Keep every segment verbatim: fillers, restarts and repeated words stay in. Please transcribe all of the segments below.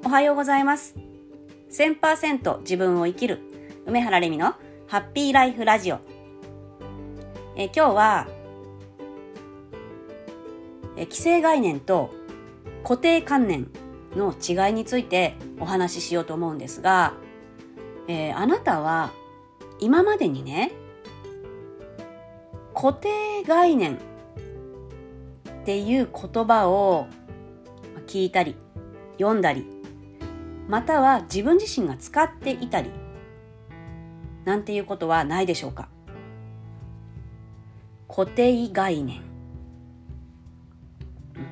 はようございます。せんパーセント 自分を生きる梅原レミのハッピーライフラジオ。え今日はえ既成概念と固定観念の違いについてお話ししようと思うんですが、えー、あなたは今までにね、固定概念っていう言葉を聞いたり読んだり、または自分自身が使っていたりなんていうことはないでしょうか。固定概念、うん、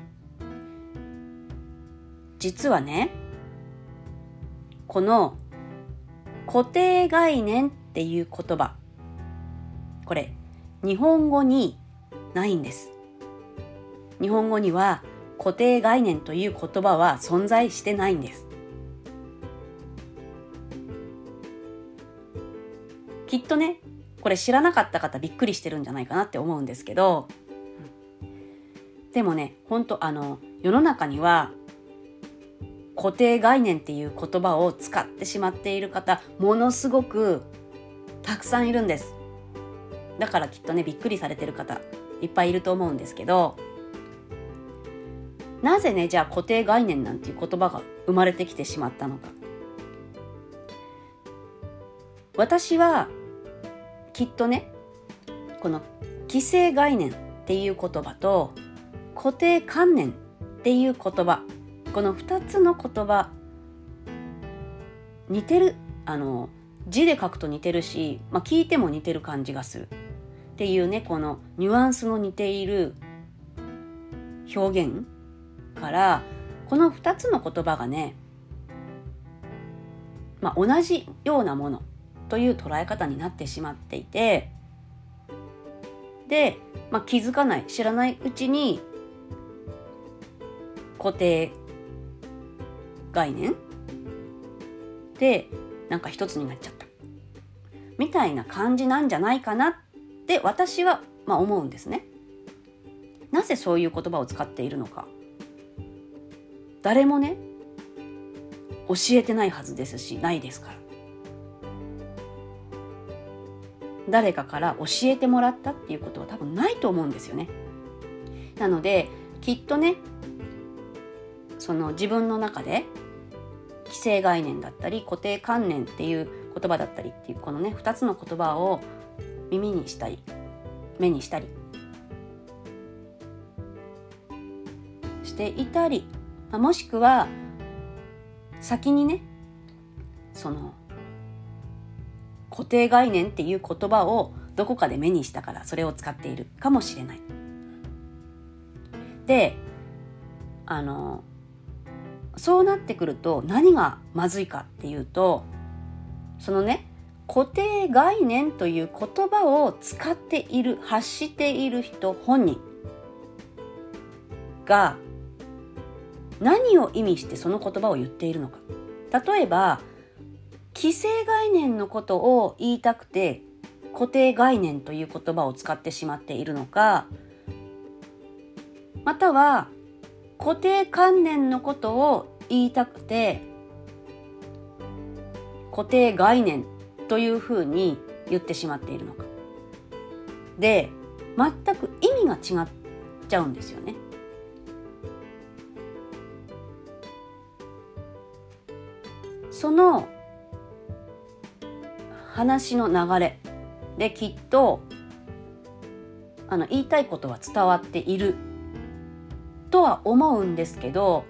実はね、この固定概念っていう言葉、これ日本語にないんです。日本語には固定概念という言葉は存在してないんです。きっとね、これ知らなかった方びっくりしてるんじゃないかなって思うんですけど、でもね、本当あの世の中には固定概念っていう言葉を使ってしまっている方、ものすごくたくさんいるんです。だからきっとね、びっくりされてる方いっぱいいると思うんですけど、なぜね、じゃあ固定概念なんていう言葉が生まれてきてしまったのか。私はきっとね、この既成概念っていう言葉と固定観念っていう言葉、この二つの言葉似てる、あの字で書くと似てるし、まあ、聞いても似てる感じがするっていうね、このニュアンスの似ている表現から、この二つの言葉がね、まあ、同じようなものという捉え方になってしまっていて、で、まあ、気づかない、知らないうちに固定概念でなんか一つになっちゃったみたいな感じなんじゃないかなって私はまあ思うんですね。なぜそういう言葉を使っているのか、誰もね教えてないはずですし、ないですから。誰かから教えてもらったっていうことは多分ないと思うんですよね。なのできっとね、その自分の中で既成概念だったり固定観念っていう言葉だったりっていうこのね二つの言葉を耳にしたり目にしたりしていたり、もしくは先にね、その固定概念っていう言葉をどこかで目にしたからそれを使っているかもしれない。で、あのそうなってくると何がまずいかっていうと、そのね固定概念という言葉を使っている、発している人本人が何を意味してその言葉を言っているのか。例えば既成概念のことを言いたくて固定概念という言葉を使ってしまっているのか、または固定観念のことを言いたくて固定概念というふうに言ってしまっているのかで、全く意味が違っちゃうんですよね。その話の流れできっとあの言いたいことは伝わっているとは思うんですけど、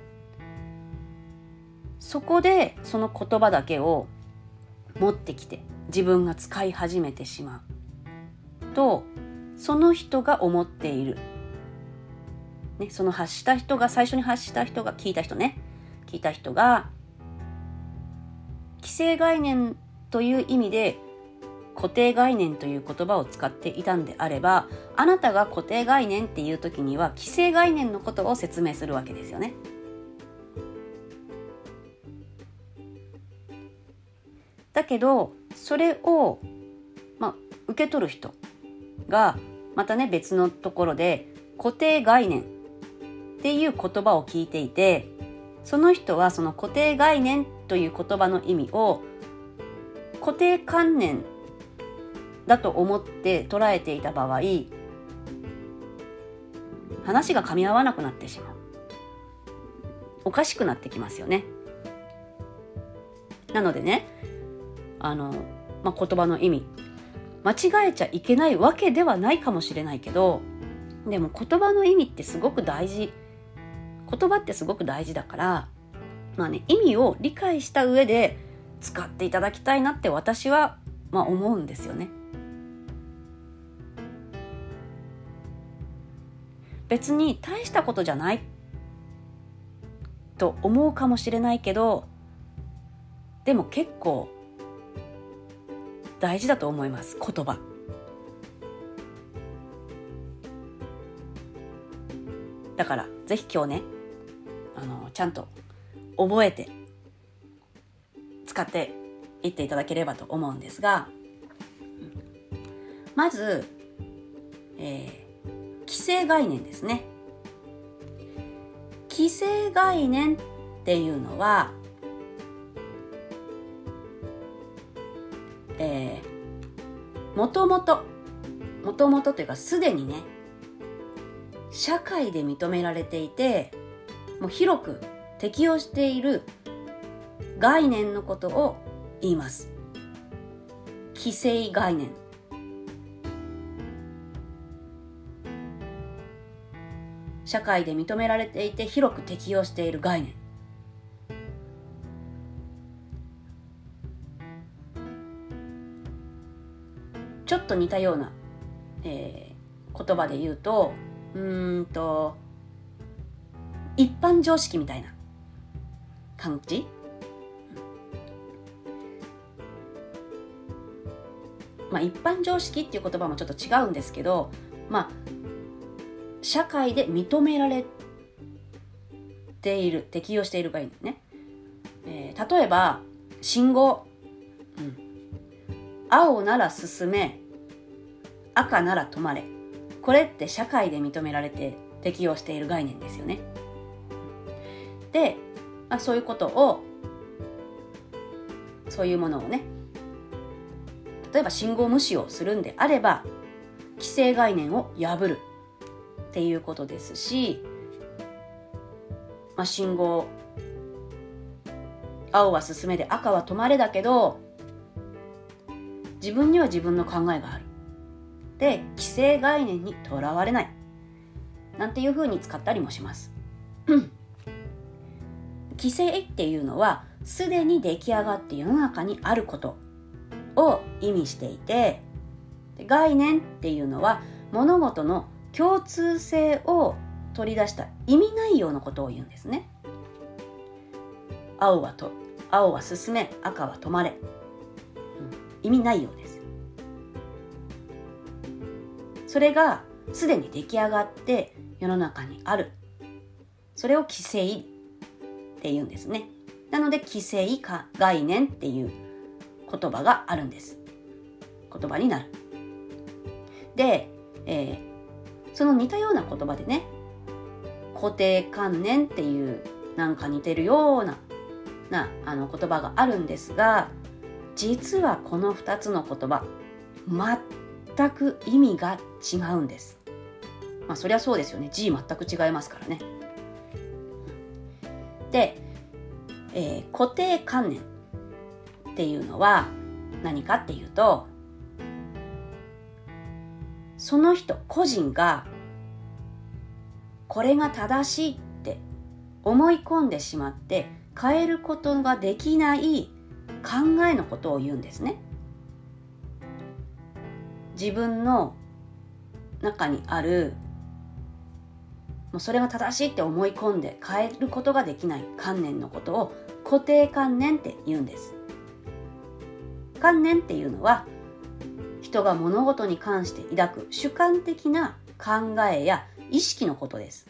そこでその言葉だけを持ってきて自分が使い始めてしまうと、その人が思っている、ね、その発した人が最初に発した人が聞いた人ね聞いた人が既成概念という意味で固定概念という言葉を使っていたんであれば、あなたが固定概念っていう時には既成概念のことを説明するわけですよね。だけどそれを、まあ、受け取る人がまたね別のところで固定概念っていう言葉を聞いていて、 その人はその固定概念という言葉の意味を固定観念だと思って捉えていた場合、話が噛み合わなくなってしまう。おかしくなってきますよね。なのでね、あの、まあ、言葉の意味間違えちゃいけないわけではないかもしれないけど、でも言葉の意味ってすごく大事、言葉ってすごく大事だから、まあね、意味を理解した上で使っていただきたいなって私は、まあ、思うんですよね。別に大したことじゃないと思うかもしれないけど、でも結構大事だと思います、言葉。だからぜひ今日ね、あのちゃんと覚えて使っていっていただければと思うんですが、まず、えー、既成概念ですね。既成概念っていうのは、えー、もともともともとというかすでにね、社会で認められていて、もう広く適用している概念のことを言います。既成概念。社会で認められていて広く適用している概念。ちょっと似たような、えー、言葉で言うと、うーんと一般常識みたいな感じ。まあ一般常識っていう言葉もちょっと違うんですけど、まあ社会で認められている、適用している概念ね。えー、例えば信号、うん、青なら進め、赤なら止まれ。これって社会で認められて適用している概念ですよね。で、まあ、そういうことを、そういうものをね、例えば信号無視をするんであれば、既成概念を破るっていうことですし、まあ、信号、青は進めで赤は止まれだけど、自分には自分の考えがある。で、既成概念にとらわれない。なんていうふうに使ったりもします。既成っていうのは、すでに出来上がって世の中にあることを意味していて、概念っていうのは物事の共通性を取り出した意味内容のことを言うんですね。青はと、青は進め、赤は止まれ。うん、意味内容です。それがすでに出来上がって世の中にある。それを既成って言うんですね。なので既成概念っていう言葉があるんです。言葉になる。で、えー、その似たような言葉でね、固定観念っていうなんか似てるようななあの言葉があるんですが、実はこのふたつの言葉全く意味が違うんです。まあそりゃそうですよね。字全く違いますからね。で、えー、固定観念っていうのは何かっていうと、その人個人がこれが正しいって思い込んでしまって変えることができない考えのことを言うんですね。自分の中にある、もうそれが正しいって思い込んで変えることができない観念のことを固定観念って言うんです。観念っていうのは人が物事に関して抱く主観的な考えや意識のことです。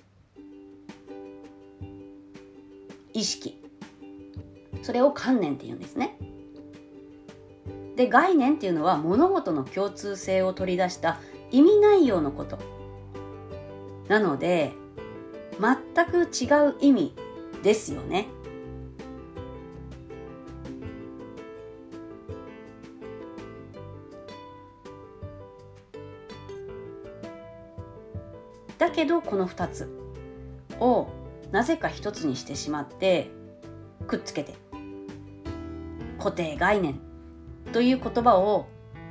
意識。それを観念って言うんですね。で、概念っていうのは物事の共通性を取り出した意味内容のこと。なので、全く違う意味ですよね。だけどこのふたつをなぜかひとつにしてしまってくっつけて、固定概念という言葉を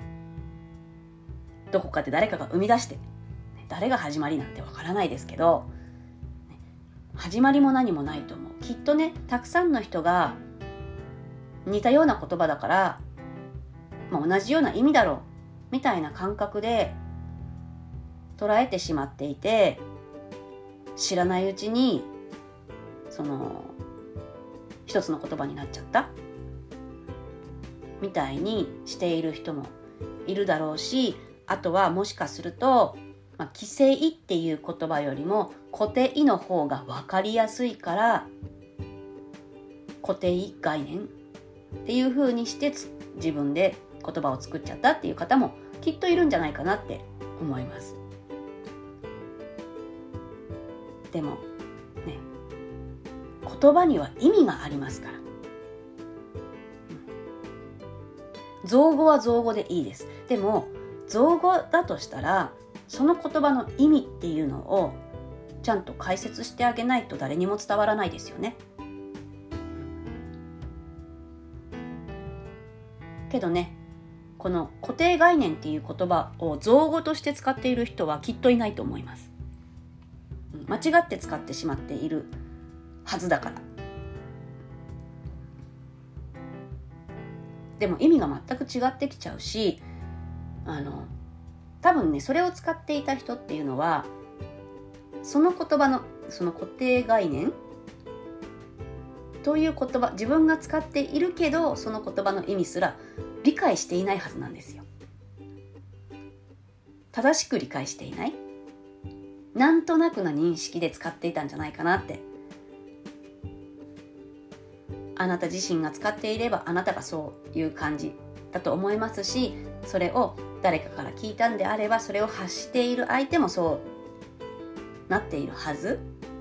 どこかで誰かが生み出して、誰が始まりなんてわからないですけど、始まりも何もないと思う。きっとね、たくさんの人が似たような言葉だから、まあ、同じような意味だろうみたいな感覚で捉えてしまっていて、知らないうちにその一つの言葉になっちゃったみたいにしている人もいるだろうし、あとはもしかすると、まあ、規制っていう言葉よりも固定の方が分かりやすいから固定概念っていう風にして自分で言葉を作っちゃったっていう方もきっといるんじゃないかなって思います。でもね、言葉には意味がありますから、造語は造語でいいです。でも造語だとしたらその言葉の意味っていうのをちゃんと解説してあげないと誰にも伝わらないですよね。けどね、この固定概念っていう言葉を造語として使っている人はきっといないと思います。間違って使ってしまっているはずだから。でも意味が全く違ってきちゃうし、あの多分ね、それを使っていた人っていうのはその言葉のその固定概念という言葉、自分が使っているけどその言葉の意味すら理解していないはずなんですよ。正しく理解していない、なんとなくな認識で使っていたんじゃないかなって。あなた自身が使っていればあなたがそういう感じだと思いますし、それを誰かから聞いたんであればそれを発している相手もそうなっているはず。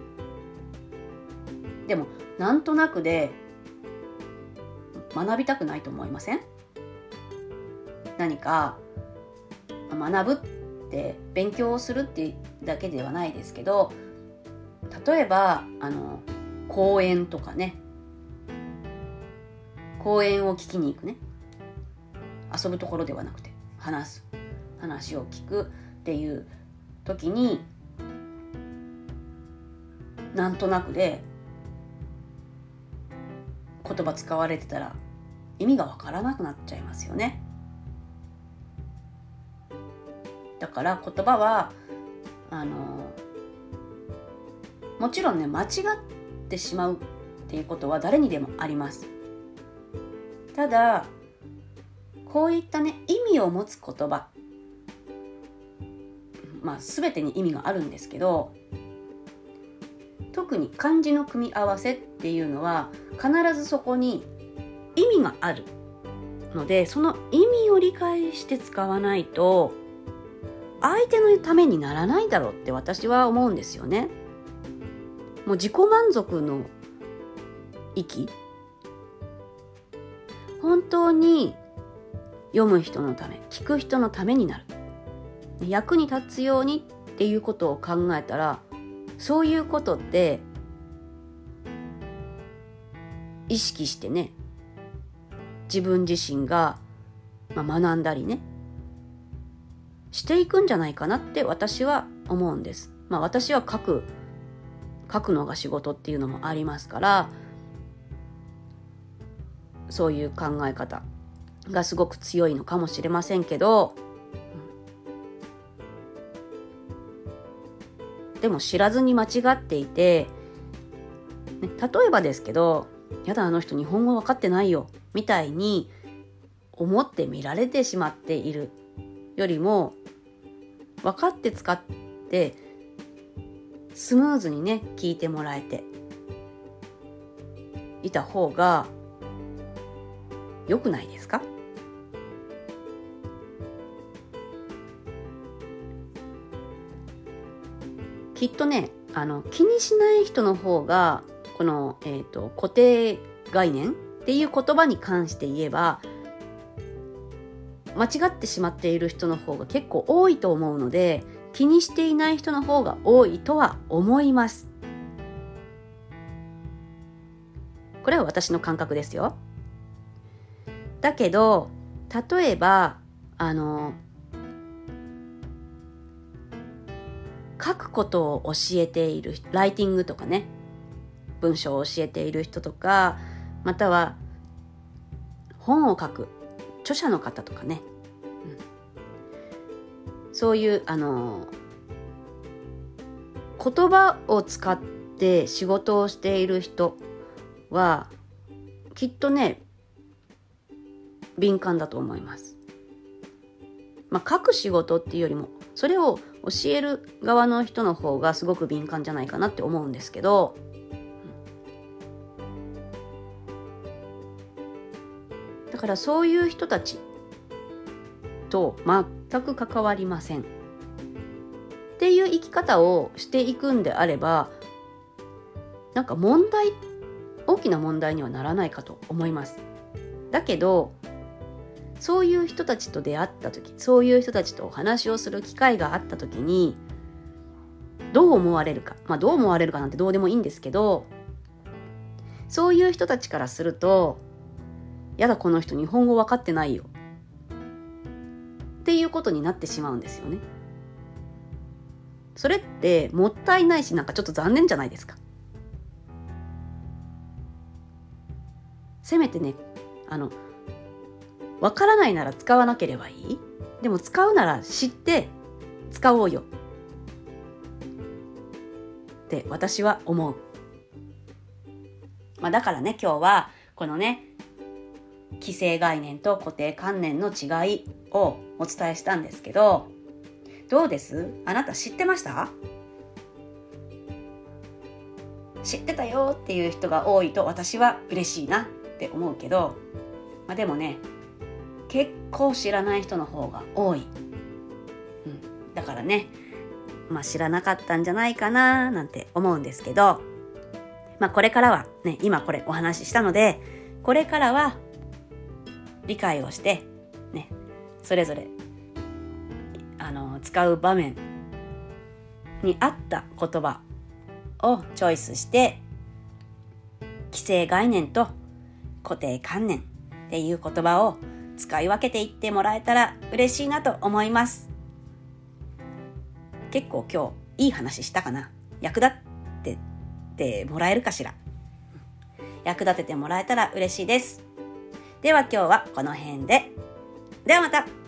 でもなんとなくで学びたくないと思いません？何か学ぶって勉強をするっていうだけではないですけど、例えばあの講演とかね、講演を聞きに行くね、遊ぶところではなくて話す話を聞くっていう時になんとなくで言葉使われてたら意味がわからなくなっちゃいますよね。だから言葉はあのもちろんね、間違ってしまうっていうことは誰にでもあります。ただこういったね、意味を持つ言葉、まあ全てに意味があるんですけど、特に漢字の組み合わせっていうのは必ずそこに意味があるので、その意味を理解して使わないと相手のためにならないだろうって私は思うんですよね。もう自己満足の域、本当に読む人のため、聞く人のためになる、役に立つようにっていうことを考えたら、そういうことって意識してね、自分自身が、まあ、学んだりねしていくんじゃないかなって私は思うんです。まあ私は書く書くのが仕事っていうのもありますから、そういう考え方がすごく強いのかもしれませんけど、うん、でも知らずに間違っていて、ね、例えばですけど、やだあの人日本語分かってないよみたいに思って見られてしまっているよりも、分かって使ってスムーズにね聞いてもらえていた方が良くないですか？きっとね、あの気にしない人の方がこの、えーと、固定概念っていう言葉に関して言えば、間違ってしまっている人の方が結構多いと思うので、気にしていない人の方が多いとは思います。これは私の感覚ですよ。だけど、例えば、あの、書くことを教えている、ライティングとかね、文章を教えている人とか、または本を書く著者の方とかね、うん、そういうあの言葉を使って仕事をしている人はきっとね敏感だと思います。まあ、書く仕事っていうよりもそれを教える側の人の方がすごく敏感じゃないかなって思うんですけど、だからそういう人たちと全く関わりませんっていう生き方をしていくんであれば、なんか問題、大きな問題にはならないかと思います。だけどそういう人たちと出会った時、そういう人たちとお話をする機会があった時にどう思われるか、まあどう思われるかなんてどうでもいいんですけど、そういう人たちからすると、やだこの人日本語分かってないよっていうことになってしまうんですよね。それってもったいないし、なんかちょっと残念じゃないですか。せめてね、あの分からないなら使わなければいい。でも使うなら知って使おうよって私は思う。まあ、だからね、今日はこのね既成概念と固定観念の違いをお伝えしたんですけど、どうです？あなた知ってました？知ってたよっていう人が多いと私は嬉しいなって思うけど、まあ、でもね結構知らない人の方が多い、うん、だからね、まあ、知らなかったんじゃないかななんて思うんですけど、まあ、これからはね、今これお話ししたので、これからは理解をしてね、それぞれあの使う場面に合った言葉をチョイスして、既成概念と固定観念っていう言葉を使い分けていってもらえたら嬉しいなと思います。結構今日いい話したかな？役立っててもらえるかしら？役立ててもらえたら嬉しいです。では今日はこの辺で。ではまた。